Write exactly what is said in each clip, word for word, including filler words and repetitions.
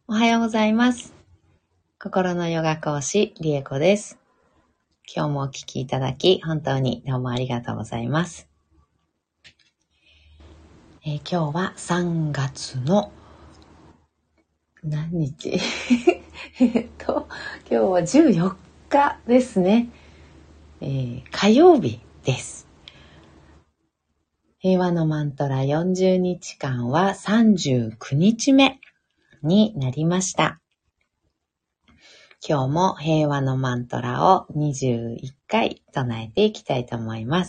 おはようございます。心のヨガ講師、リエコです。今日もお聞きいただき、本当にどうもありがとうございます。えー、今日はさんがつの何日えっと、今日はじゅうよっかですね。えー、火曜日です。平和のマントラよんじゅうにちかんはさんじゅうくにちめになりました。今日も平和のマントラをにじゅういっかい唱えていきたいと思います。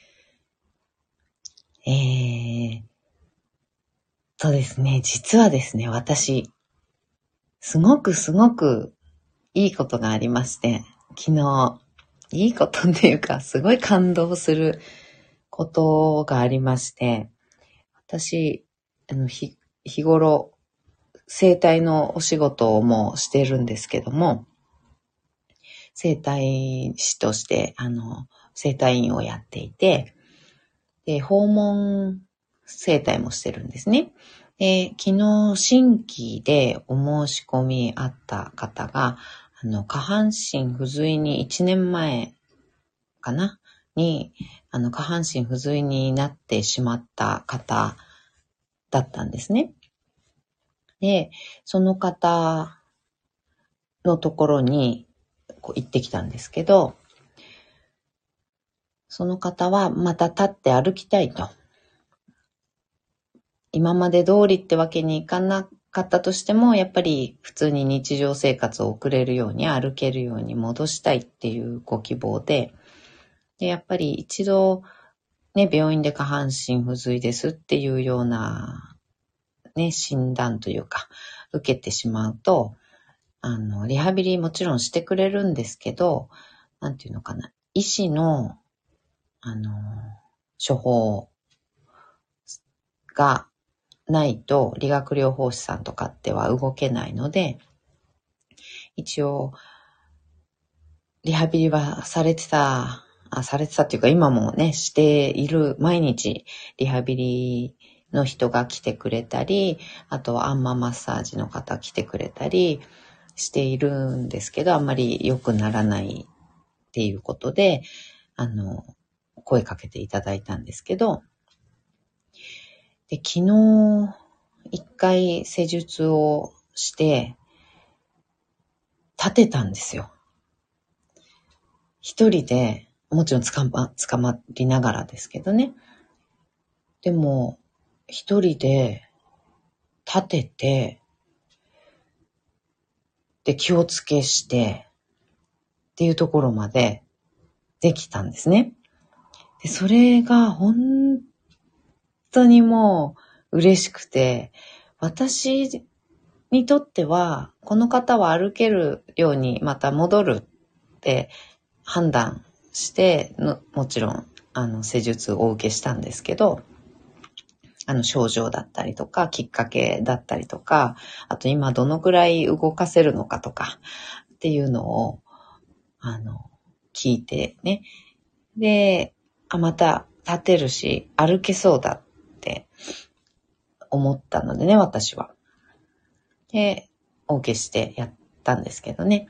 えーとですね、実はですね、私、すごくすごくいいことがありまして、昨日、いいことっていうか、すごい感動することがありまして、私、あの、日、日頃、整体のお仕事もしてるんですけども、整体師として、あの、整体院をやっていて、で、訪問整体もしてるんですね。で、昨日新規でお申し込みあった方が、あの、下半身不随にいちねんまえかなに、あの、下半身不随になってしまった方だったんですね。で、その方のところにこう行ってきたんですけど、その方はまた立って歩きたいと。今まで通りってわけにいかなかったとしても、やっぱり普通に日常生活を送れるように、歩けるように戻したいっていうご希望で、でやっぱり一度ね、病院で下半身不随ですっていうようなね、診断というか、受けてしまうと、あの、リハビリもちろんしてくれるんですけど、なんていうのかな、医師の、あの、処方がないと理学療法士さんとかっては動けないので、一応リハビリはされてた、あ、されてたっていうか今もね、している、毎日リハビリの人が来てくれたり、あとはアンママッサージの方来てくれたりしているんですけど、あんまり良くならないっていうことで、あの、声かけていただいたんですけど、で、昨日一回施術をして、立てたんですよ。一人で、もちろんつかま、つかまりながらですけどね。でも、一人で立てて、で、気をつけして、っていうところまでできたんですね。で、それが本当にもう嬉しくて、私にとっては、この方は歩けるようにまた戻るって判断しての、もちろん、あの、施術をお受けしたんですけど、あの、症状だったりとか、きっかけだったりとか、あと今どのくらい動かせるのかとか、っていうのを、あの、聞いてね。で、あ、また立てるし、歩けそうだって思ったのでね、私は。で、お受けしてやったんですけどね。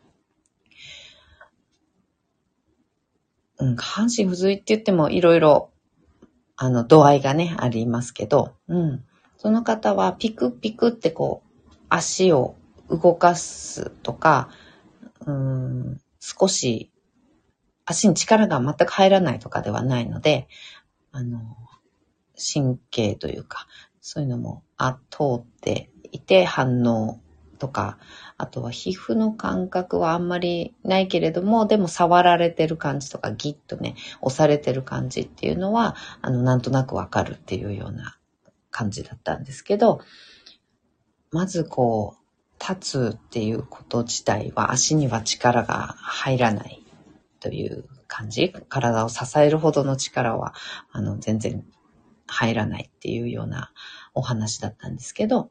うん、下半身不随って言ってもいろいろ、あの、度合いがね、ありますけど、うん。その方はピクピクってこう、足を動かすとか、うーん、少し足に力が全く入らないとかではないので、あの、神経というか、そういうのもあ通っていて反応とか、あとは皮膚の感覚はあんまりないけれども、でも触られてる感じとかギッとね、押されてる感じっていうのは、あの、なんとなくわかるっていうような感じだったんですけど、まずこう、立つっていうこと自体は足には力が入らないという感じ。体を支えるほどの力は、あの、全然入らないっていうようなお話だったんですけど、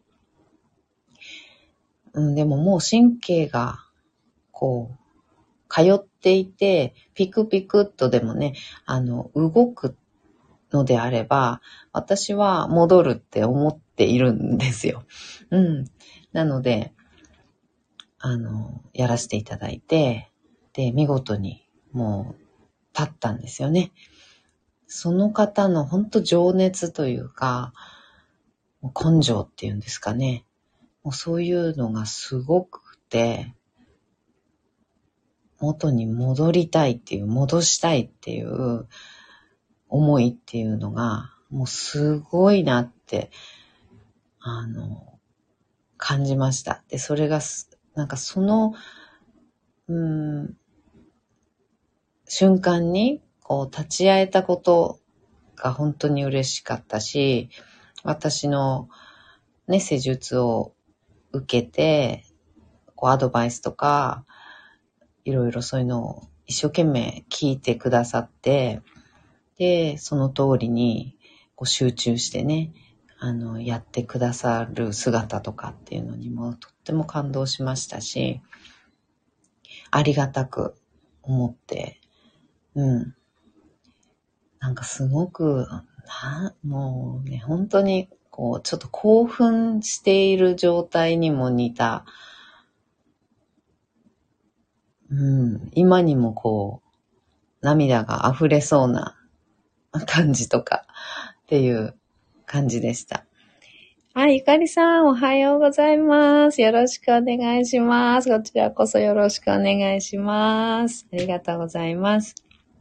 うん、でももう神経が、こう、通っていて、ピクピクっとでもね、あの、動くのであれば、私は戻るって思っているんですよ。うん。 なので、あの、やらせていただいて、で、見事にもう立ったんですよね。その方の本当情熱というか、根性っていうんですかね。もうそういうのがすごくて、元に戻りたいっていう、戻したいっていう思いっていうのが、もうすごいなって、あの、感じました。で、それが、なんかその、うーん、瞬間に、こう、立ち会えたことが本当に嬉しかったし、私のね、施術を受けて、こう、アドバイスとか、いろいろそういうのを一生懸命聞いてくださって、で、その通りにこう集中してね、あの、やってくださる姿とかっていうのにもとっても感動しましたし、ありがたく思って、うん。なんかすごく、な、もうね、本当にこう、ちょっと興奮している状態にも似た、うん、今にもこう、涙が溢れそうな感じとかっていう感じでした。はい、ゆかりさん、おはようございます。よろしくお願いします。こちらこそよろしくお願いします。ありがとうございます。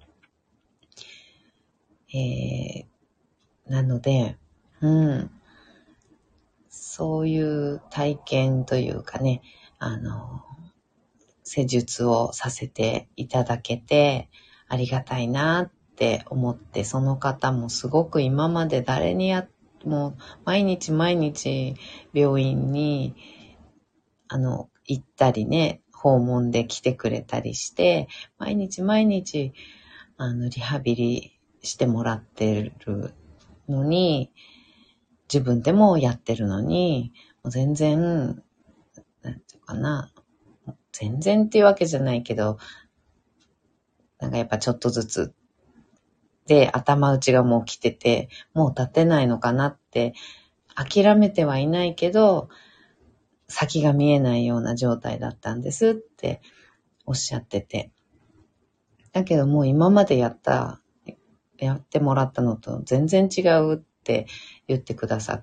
えー、なので、うん、そういう体験というかね、あの、施術をさせていただけてありがたいなって思って、その方もすごく今まで誰にやもう毎日毎日病院にあの行ったりね、訪問で来てくれたりして、毎日毎日あのリハビリしてもらってるのに、自分でもやってるのに、もう全然なんていうかな、全然っていうわけじゃないけど、なんかやっぱちょっとずつで頭打ちがもう来てて、もう立てないのかなって諦めてはいないけど、先が見えないような状態だったんですっておっしゃってて。だけどもう今までやった、やってもらったのと全然違うって言ってくださって、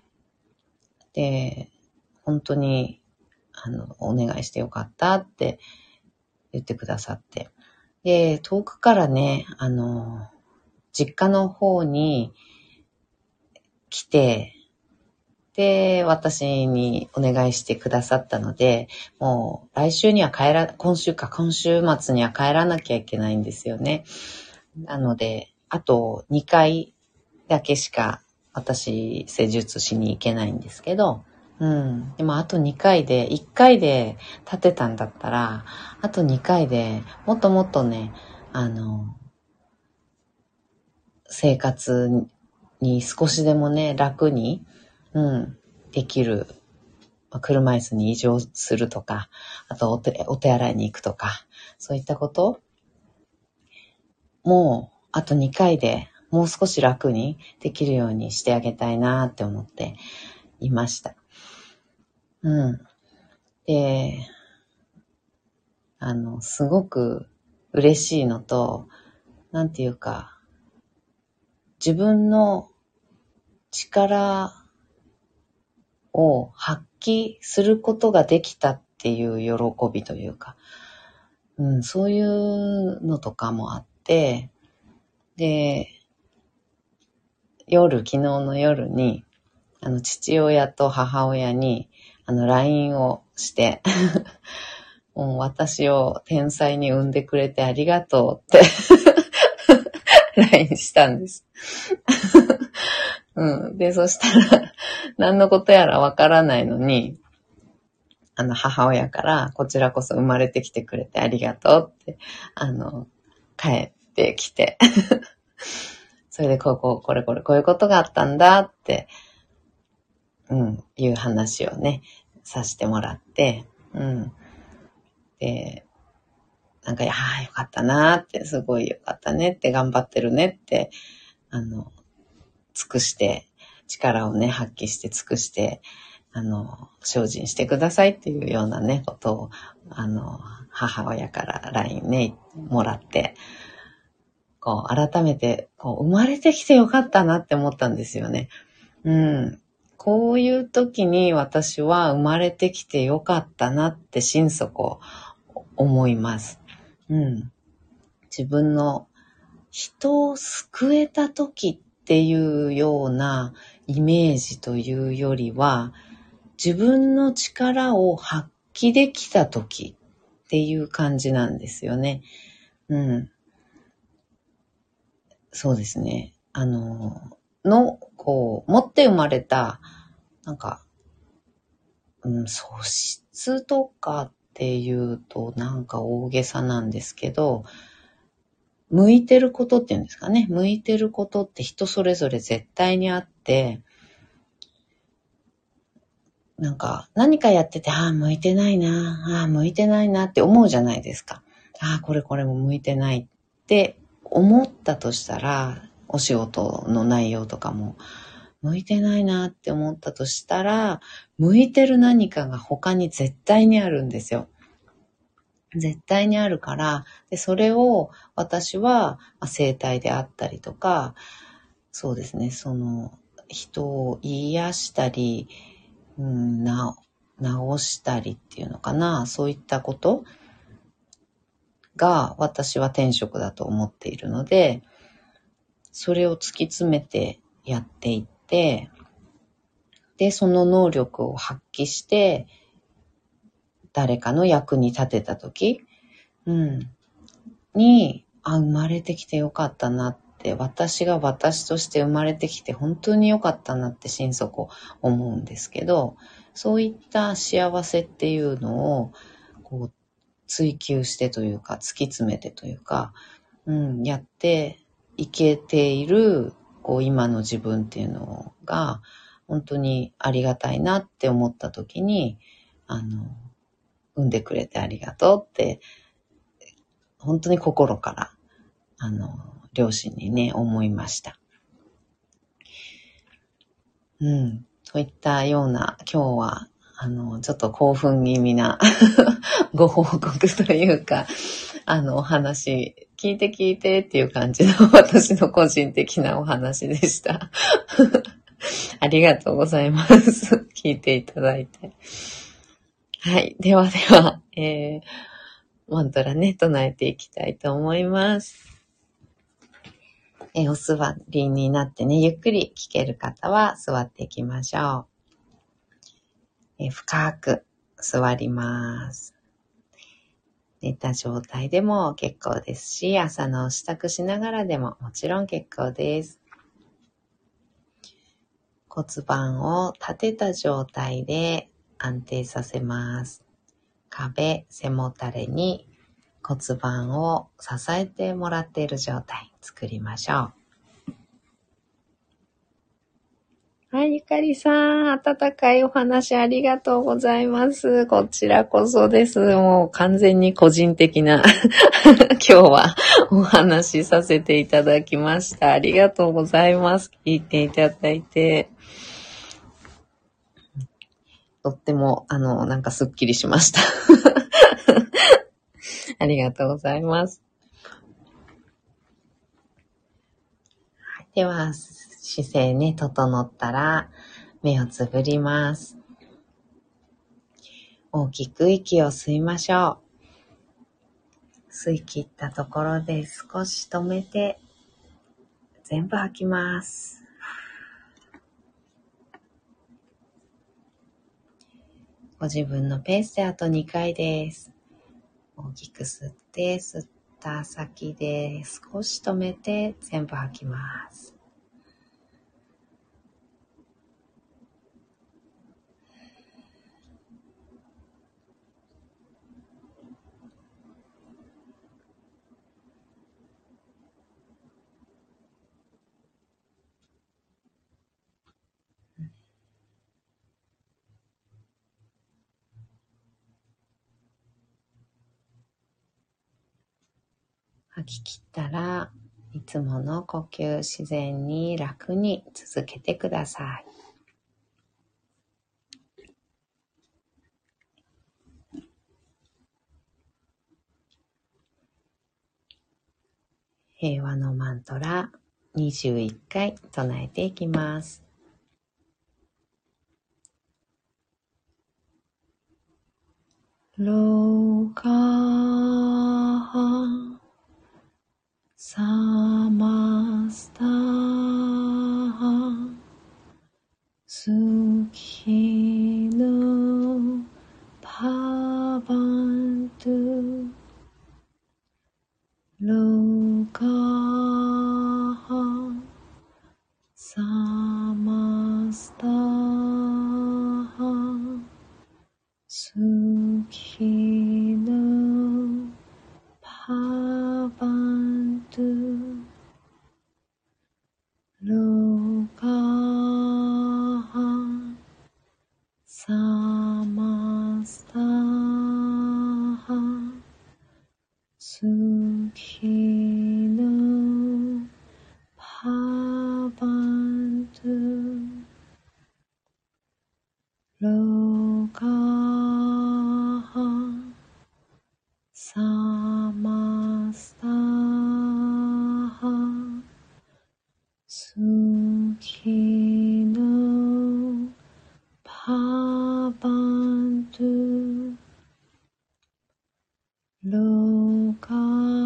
で、本当にあのお願いしてよかったって言ってくださって。で、遠くからね、あの、実家の方に来て、で、私にお願いしてくださったので、もう来週には帰ら、今週か、今週末には帰らなきゃいけないんですよね。なので、あとにかいだけしか私施術しに行けないんですけど、うん。でもあとにかいで、いっかいで立てたんだったら、あとにかいでもっともっとね、あの、生活に少しでもね、楽に、うん、できる。車椅子に移乗するとか、あとお手、お手洗いに行くとか、そういったこともうあとにかいでもう少し楽にできるようにしてあげたいなって思っていました。うん。で、あの、すごく嬉しいのと、なんていうか、自分の力を発揮することができたっていう喜びというか、うん、そういうのとかもあって、で、夜、昨日の夜に、あの、父親と母親に、あの、ライン をして、もう私を天才に産んでくれてありがとうってライン したんです。うん。で、そしたら、何のことやらわからないのに、あの、母親から、こちらこそ生まれてきてくれてありがとうって、あの、帰ってきて、それで、こう、こう、これこれ、こういうことがあったんだって、うん、いう話をね、させてもらって、うん。で、なんか、いやーよかったなーって、すごいよかったねって、頑張ってるねって、あの、尽くして、力をね、発揮して尽くして、 あの、精進してくださいっていうようなね、ことを、あの、母親から ライン ね、もらって、こう、改めて、こう、生まれてきてよかったなって思ったんですよね。うん。こういう時に私は生まれてきてよかったなって心底思います。うん。自分の人を救えた時っていうようなイメージというよりは、自分の力を発揮できた時っていう感じなんですよね。うん。そうですね。あの、の、こう、持って生まれた、なんか、うん、素質とかっていうとなんか大げさなんですけど、向いてることっていうんですかね。向いてることって人それぞれ絶対にあって、なんか何かやってて、ああ、向いてないな、ああ、向いてないなって思うじゃないですか。ああ、これこれも向いてないって思ったとしたら、お仕事の内容とかも、向いてないなって思ったとしたら、向いてる何かが他に絶対にあるんですよ。絶対にあるから、で、それを私は、まあ、生態であったりとか、そうですね、その人を癒したり、うん、な、治したりっていうのかな、そういったことが私は天職だと思っているので、それを突き詰めてやっていって、で、その能力を発揮して、誰かの役に立てたとき、うん、に、あ、生まれてきてよかったなって、私が私として生まれてきて本当によかったなって心底思うんですけど、そういった幸せっていうのを、こう、追求してというか、突き詰めてというか、うん、やっていけている、こう、今の自分っていうのが、本当にありがたいなって思った時に、あの、産んでくれてありがとうって、本当に心から、あの、両親にね、思いました。うん。といったような、今日は、あの、ちょっと興奮気味なご報告というか、あの、お話、聞いて聞いてっていう感じの私の個人的なお話でした。ありがとうございます。聞いていただいて。はい。ではでは、えー、マントラね、唱えていきたいと思います。えー、お座りになってね、ゆっくり聞ける方は座っていきましょう。えー、深く座ります。寝た状態でも結構ですし、朝の支度しながらでももちろん結構です。骨盤を立てた状態で安定させます。壁、背もたれに骨盤を支えてもらっている状態作りましょう。はい、ゆかりさん、温かいお話ありがとうございます。こちらこそです。もう完全に個人的な今日はお話しさせていただきました。ありがとうございます。聞いていただいて。とっても、あの、なんかすっきりしました。ありがとうございます。では、姿勢ね、整ったら、目をつぶります。大きく息を吸いましょう。吸い切ったところで少し止めて、全部吐きます。ご自分のペースであとにかいです。大きく吸って、吸った先で少し止めて、全部吐きます。吐き切ったら、いつもの呼吸、自然に楽に続けてください。 平和のマントラにじゅういっかい唱えていきます。ローカーサマスタースキノパバントゥローカーサマスタースキノパバントゥローカーサマスタースキノパバントゥローカーサマスタースキノパバントゥローカ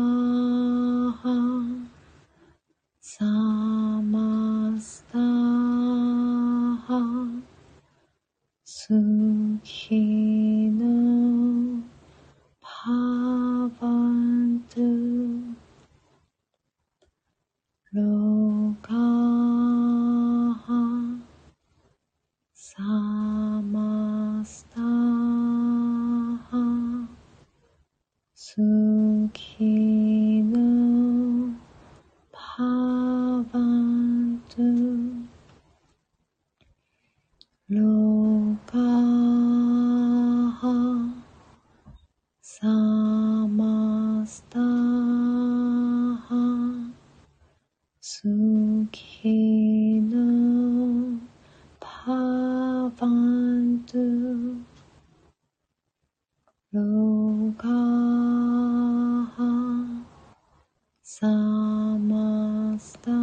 ーサマスタースキノパバントゥローカーサマスタースキノパバントゥローカーサマスタースキノパバントゥローカーサマスタ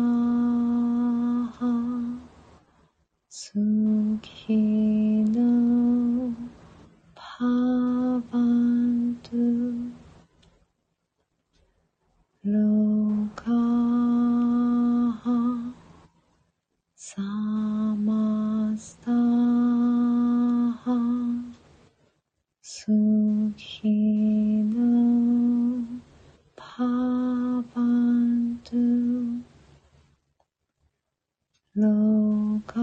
ースキノパバントゥローカーサマスタースキノパバントゥローカ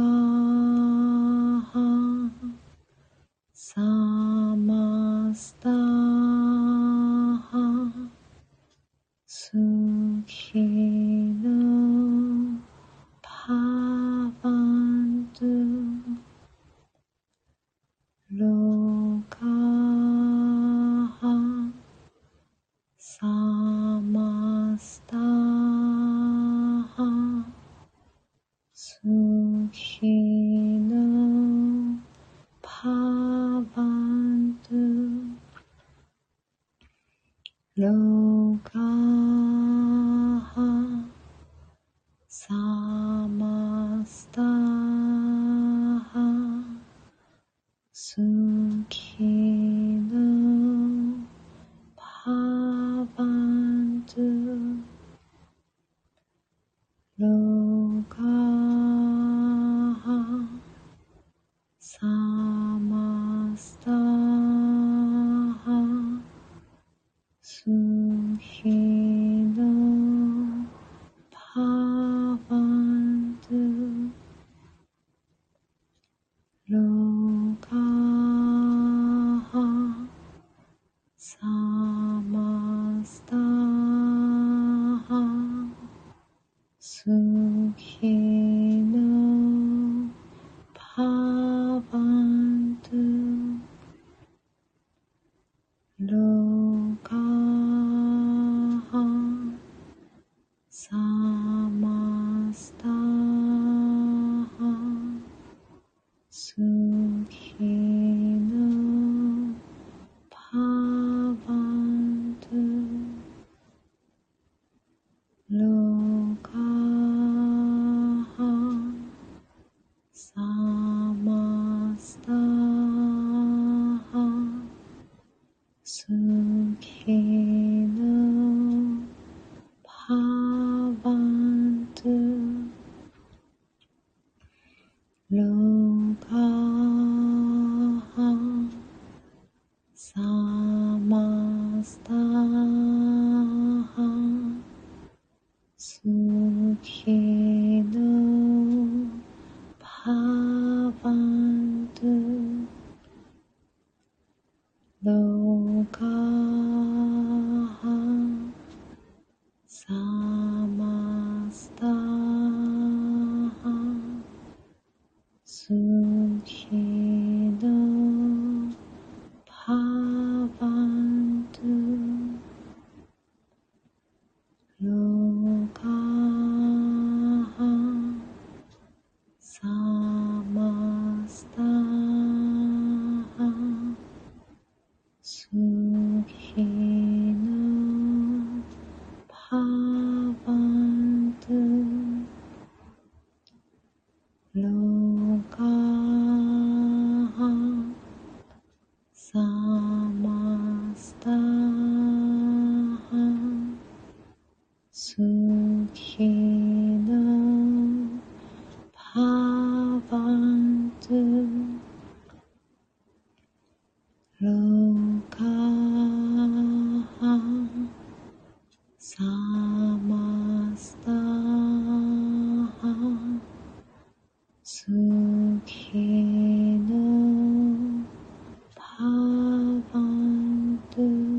ーサマスタースキノパバントゥローカーサマスタースキノパバントゥローカーサマスタースキノパバントゥローカーサマスタースキノパバントゥローカーサマスタースキノパバントゥローカーサマスタースキノパバントゥロスキノパワントロガハサマスタハスキノパワントロガハサマスタハスキノパワントロガハサマスタハスキノパワントロガハサマスタハスキノパワントロガハサマスタハスキノパワント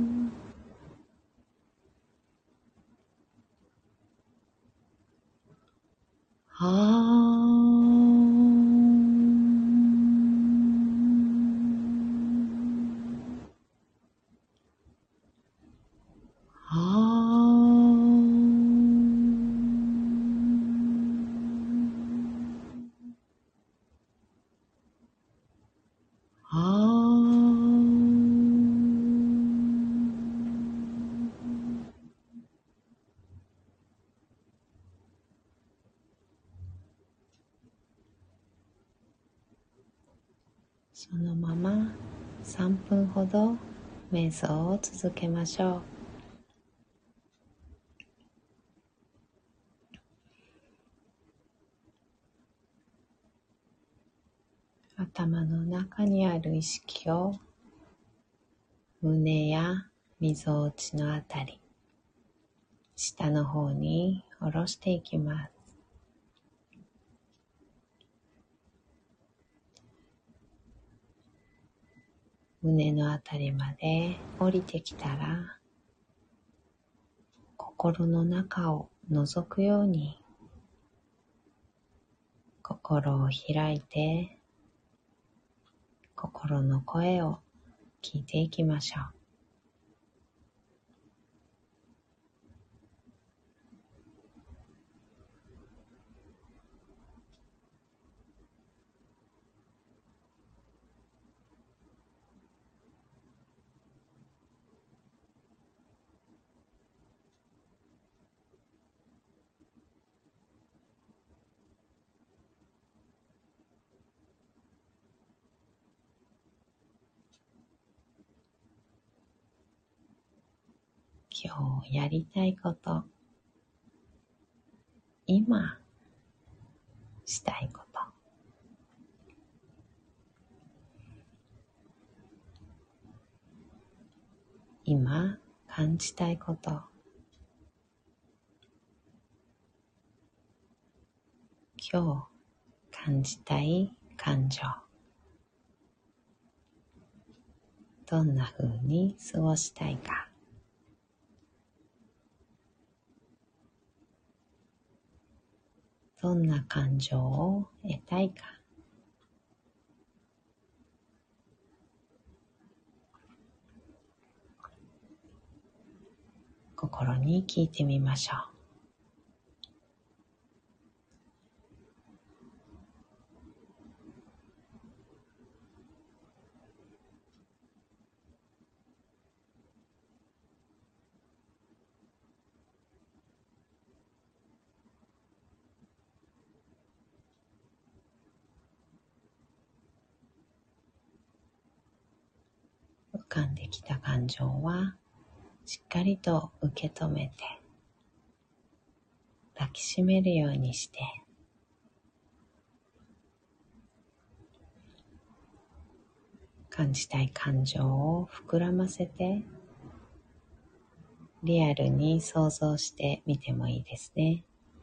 あそのままさんぷんほど瞑想を続けましょう。頭の中にある意識を胸やみぞおちのあたり、下の方に下ろしていきます。胸のあたりまで降りてきたら、心の中を覗くように心を開いて、心の声を聞いていきましょう。今日やりたいこと、今したいこと、今感じたいこと、今日感じたい感情、どんな風に過ごしたいか、どんな感情を得たいか、心に聞いてみましょう。浮かんできた感情はしっかりと受け止めて抱きしめるようにして、感じたい感情を膨らませてリアルに想像してみてもいいですね。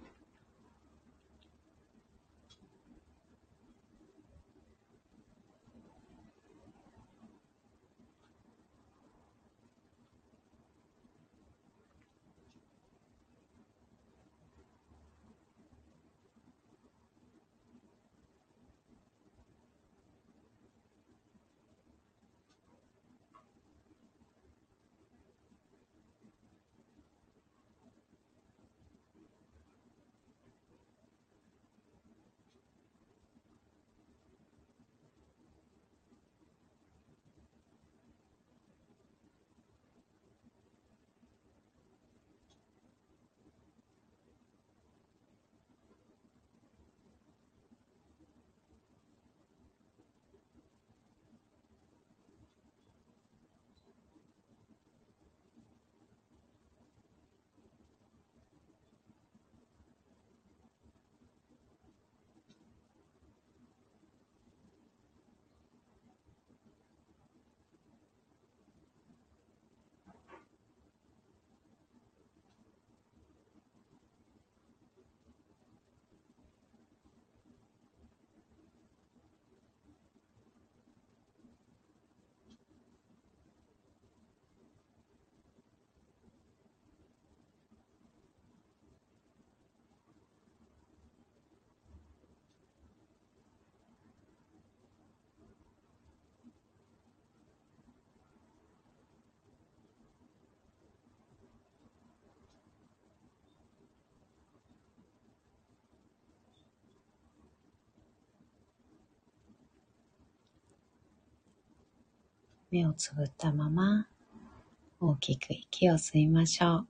目をつぶったまま大きく息を吸いましょう。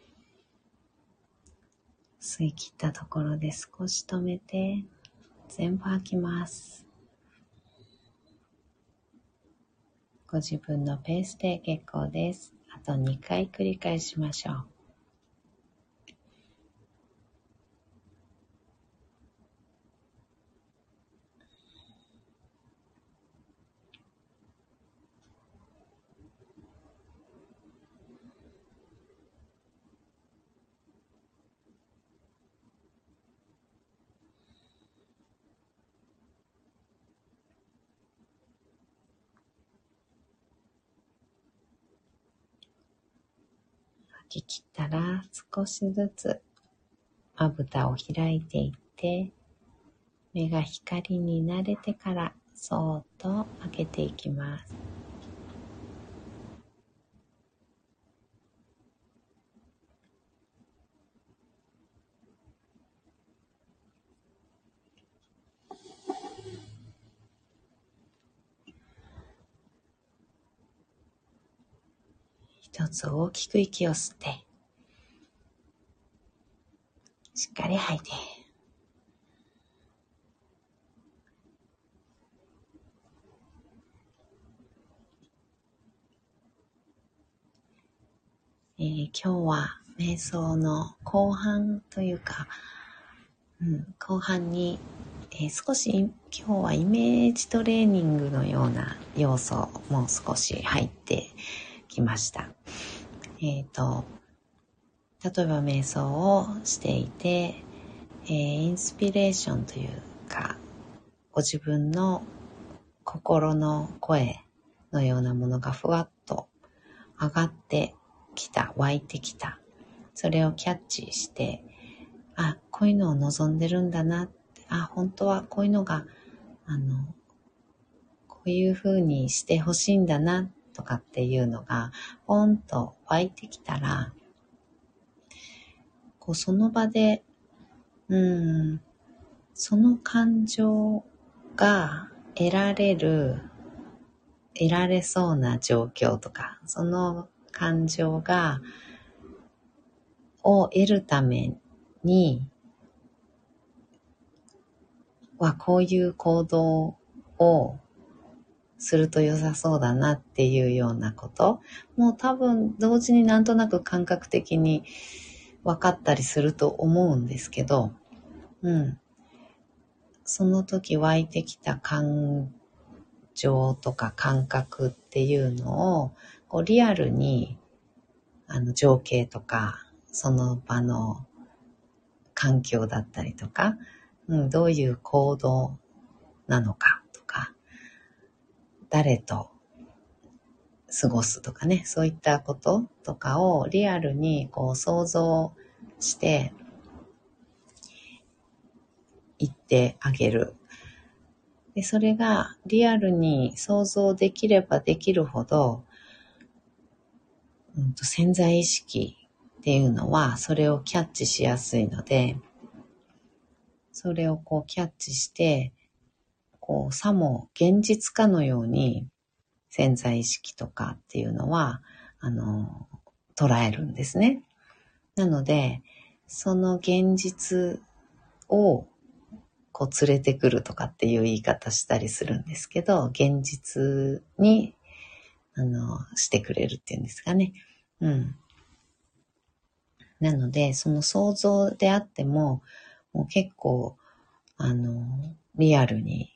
吸い切ったところで少し止めて全部吐きます。ご自分のペースで結構です。あとにかい繰り返しましょう。吐き切ったら少しずつまぶたを開いていって、目が光に慣れてからそーっと開けていきます。一つ大きく息を吸って、しっかり吐いて、えー、今日は瞑想の後半というか、うん、後半に、えー、少し今日はイメージトレーニングのような要素も少し入ってきました。えっと、例えば瞑想をしていて、えー、インスピレーションというか、ご自分の心の声のようなものがふわっと上がってきた、湧いてきた。それをキャッチして、あ、こういうのを望んでるんだなって、あ、本当はこういうのが、あの、こういう風にしてほしいんだなとかっていうのが、ポンと湧いてきたら、こうその場で、うーん、その感情が得られる、得られそうな状況とか、その感情が、を得るために、はこういう行動をすると良さそうだなっていうようなこともう多分同時になんとなく感覚的に分かったりすると思うんですけど、うん。その時湧いてきた感情とか感覚っていうのをこうリアルにあの情景とかその場の環境だったりとか、うん、どういう行動なのかとか、誰と過ごすとかね、そういったこととかをリアルにこう想像して言ってあげる。で、それがリアルに想像できればできるほど、うん、と潜在意識っていうのはそれをキャッチしやすいので、それをこうキャッチして、こうさも現実かのように潜在意識とかっていうのはあの捉えるんですね。なのでその現実をこう連れてくるとかっていう言い方したりするんですけど、現実にあのしてくれるっていうんですかね。うん。なのでその想像であっても、もう結構あのリアルに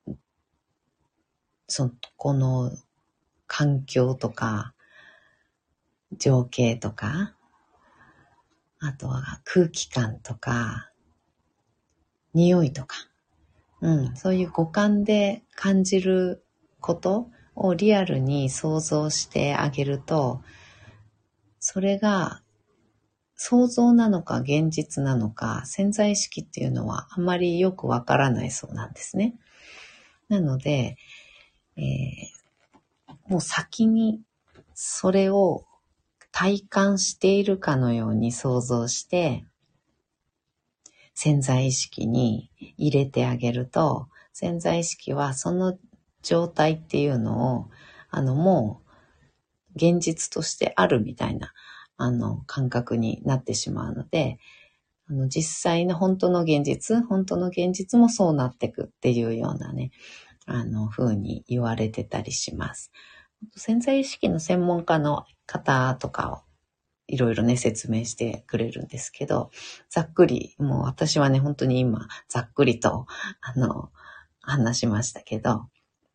そこの環境とか情景とか、あとは空気感とか匂いとか、うん、そういう五感で感じることをリアルに想像してあげると、それが想像なのか現実なのか潜在意識っていうのはあまりよくわからないそうなんですね。なので、えー、もう先にそれを体感しているかのように想像して潜在意識に入れてあげると、潜在意識はその状態っていうのをあのもう現実としてあるみたいなあの感覚になってしまうので、あの実際の本当の現実、本当の現実もそうなっていくっていうようなね、あの風に言われてたりします。潜在意識の専門家の方とかをいろいろね説明してくれるんですけど、ざっくり、もう私はね本当に今ざっくりとあの話しましたけど、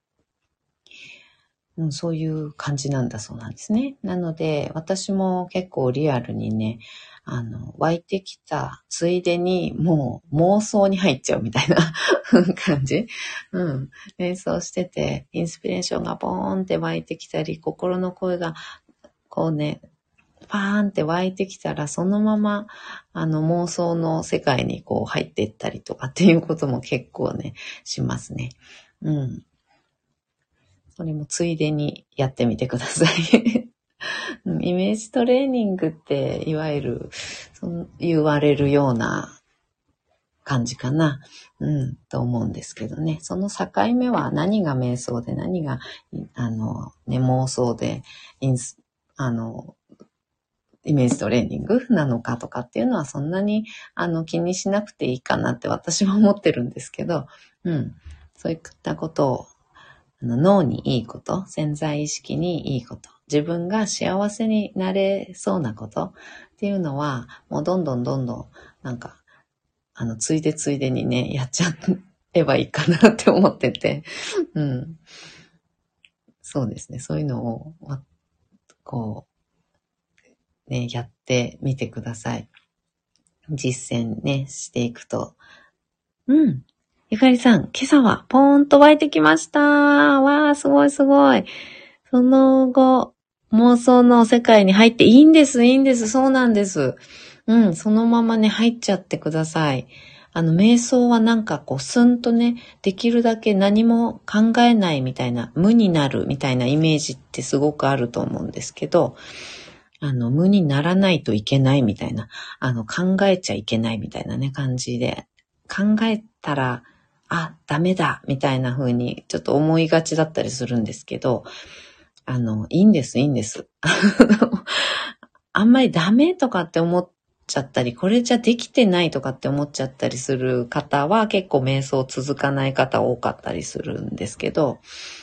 うん、そういう感じなんだそうなんですね。なので私も結構リアルにね、あの湧いてきたついでにもう妄想に入っちゃうみたいな感じ、うん、瞑想しててインスピレーションがボーンって湧いてきたり、心の声がこうねパーンって湧いてきたら、そのままあの妄想の世界にこう入っていったりとかっていうことも結構ねしますね。うん。それもついでにやってみてください。イメージトレーニングっていわゆるそう言われるような感じかな、うん、と思うんですけどね。その境目は何が瞑想で何があの、ね、妄想でインスあのイメージトレーニングなのかとかっていうのはそんなにあの気にしなくていいかなって私は思ってるんですけど、うん、そういったことをあの脳にいいこと、潜在意識にいいこと、自分が幸せになれそうなことっていうのはもうどんどんどんどんなんかあのついでついでにねやっちゃえばいいかなって思ってて、うん、そうですね、そういうのをこうねやってみてください。実践ね、していくと。うん。ゆかりさん、今朝はポーンと湧いてきました。わー、すごいすごい。その後、妄想の世界に入っていいんです、いいんです、そうなんです。うん、そのままね、入っちゃってください。あの、瞑想はなんかこう、スンとね、できるだけ何も考えないみたいな、無になるみたいなイメージってすごくあると思うんですけど、あの、無にならないといけないみたいな、あの、考えちゃいけないみたいなね、感じで、考えたら、あ、ダメだ、みたいな風に、ちょっと思いがちだったりするんですけど、あの、いいんです、いいんです。あんまりダメとかって思っちゃったり、これじゃできてないとかって思っちゃったりする方は、結構瞑想続かない方多かったりするんですけど、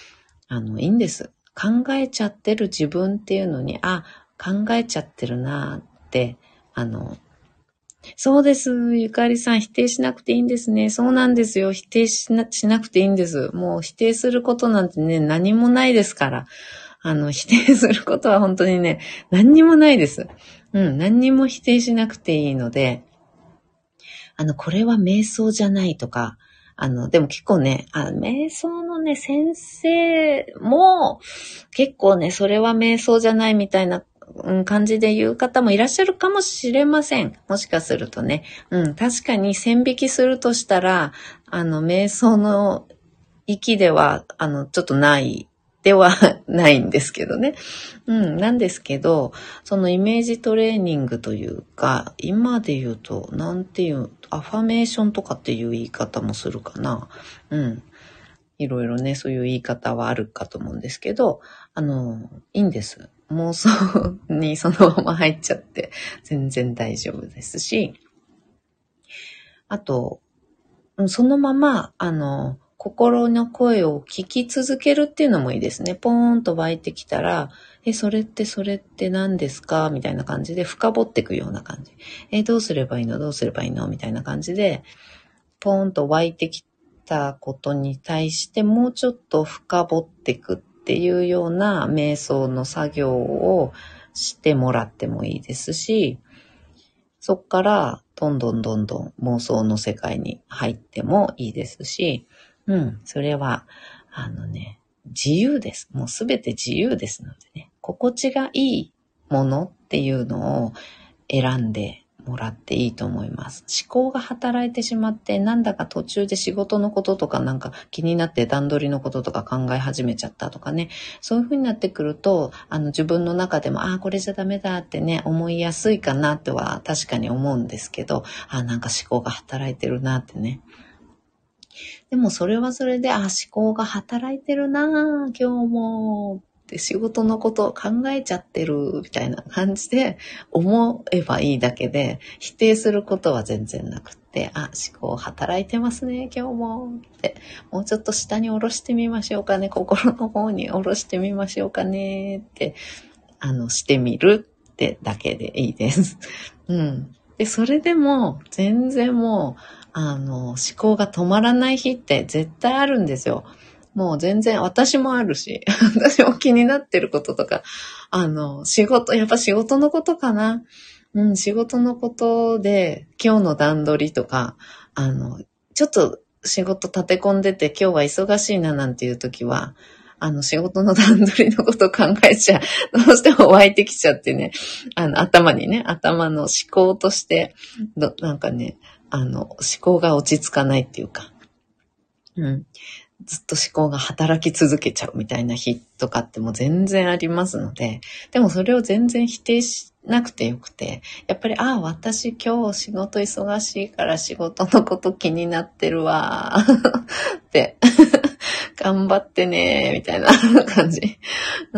あの、いいんです。考えちゃってる自分っていうのに、あ、考えちゃってるなって、あの、そうです。ゆかりさん、否定しなくていいんですね。そうなんですよ。否定しな、しなくていいんです。もう否定することなんてね、何もないですから。あの、否定することは本当にね、何にもないです。うん、何にも否定しなくていいので、あの、これは瞑想じゃないとか、あの、でも結構ね、あ、瞑想のね、先生も、結構ね、それは瞑想じゃないみたいな、うん、感じで言う方もいらっしゃるかもしれません。もしかするとね。うん、確かに線引きするとしたら、あの、瞑想の域では、あの、ちょっとないではないんですけどね。うん、なんですけど、そのイメージトレーニングというか、今で言うと、なんていう、アファメーションとかっていう言い方もするかな。うん。いろいろね、そういう言い方はあるかと思うんですけど、あの、いいんです。妄想にそのまま入っちゃって全然大丈夫ですし、あと、そのまま、あの、心の声を聞き続けるっていうのもいいですね。ポーンと湧いてきたら、え、それってそれって何ですかみたいな感じで深掘っていくような感じ。え、どうすればいいのどうすればいいのみたいな感じで、ポーンと湧いてきたことに対してもうちょっと深掘っていくっていうような瞑想の作業をしてもらってもいいですし、そっからどんどんどんどん妄想の世界に入ってもいいですし、うん、それは、あのね、自由です。もうすべて自由ですのでね、心地がいいものっていうのを選んでもらっていいと思います。思考が働いてしまって、なんだか途中で仕事のこととかなんか気になって段取りのこととか考え始めちゃったとかね、そういう風になってくると、あの自分の中でも、ああ、これじゃダメだってね、思いやすいかなっては確かに思うんですけど、ああ、なんか思考が働いてるなってね。でもそれはそれで、ああ、思考が働いてるな、今日も。って仕事のことを考えちゃってるみたいな感じで思えばいいだけで、否定することは全然なくって、あ、思考働いてますね、今日もって、もうちょっと下に下ろしてみましょうかね、心の方に下ろしてみましょうかねって、あの、してみるってだけでいいです。うん。で、それでも全然もう、あの、思考が止まらない日って絶対あるんですよ。もう全然私もあるし、私も気になってることとか、あの、仕事、やっぱ仕事のことかな。うん、仕事のことで、今日の段取りとか、あの、ちょっと仕事立て込んでて今日は忙しいななんていう時は、あの、仕事の段取りのことを考えちゃう、どうしても湧いてきちゃってね、あの、頭にね、頭の思考として、どなんかね、あの、思考が落ち着かないっていうか、うん。ずっと思考が働き続けちゃうみたいな日とかってもう全然ありますので、でもそれを全然否定しなくてよくて、やっぱり、ああ、私今日仕事忙しいから仕事のこと気になってるわって、頑張ってねみたいな感じ。うん、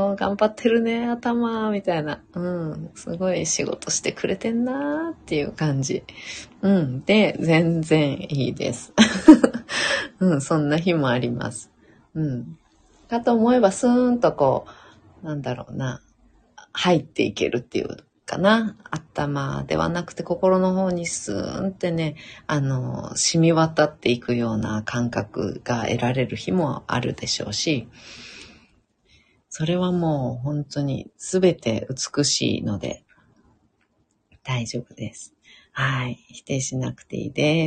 うん、頑張ってるね、頭、みたいな。うん、すごい仕事してくれてんなーっていう感じ。うん、で、全然いいです。うん、そんな日もあります。うん。かと思えば、スーンとこう、なんだろうな、入っていけるっていうかな。頭ではなくて心の方にスーンってね、あの、染み渡っていくような感覚が得られる日もあるでしょうし、それはもう本当に全て美しいので大丈夫です。はい。否定しなくていいです。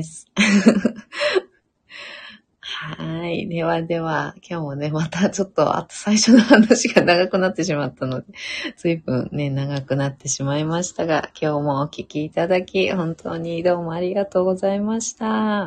はい。ではでは、今日もね、またちょっと、あと最初の話が長くなってしまったので、随分ね、長くなってしまいましたが、今日もお聞きいただき、本当にどうもありがとうございました。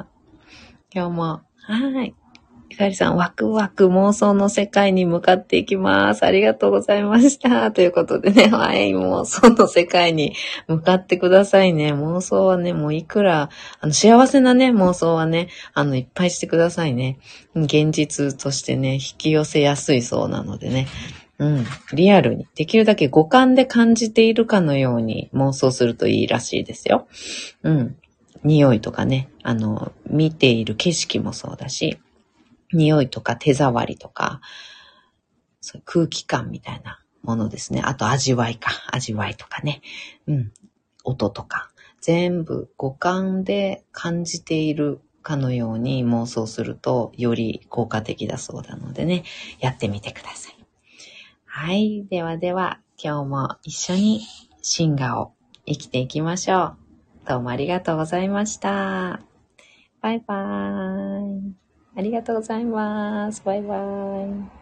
今日も、はい。ゆかりさん、ワクワク妄想の世界に向かっていきます。ありがとうございました。ということでね、はい、妄想の世界に向かってくださいね。妄想はね、もういくら、あの、幸せなね、妄想はね、あの、いっぱいしてくださいね。現実としてね、引き寄せやすいそうなのでね。うん。リアルに、できるだけ五感で感じているかのように妄想するといいらしいですよ。うん。匂いとかね、あの、見ている景色もそうだし、匂いとか手触りとか、 そういう空気感みたいなものですね。あと味わいか。味わいとかね。うん。音とか。全部五感で感じているかのように妄想するとより効果的だそうなのでね。やってみてください。はい。ではでは、今日も一緒に真我を生きていきましょう。どうもありがとうございました。バイバーイ。ありがとうございます。バイバーイ。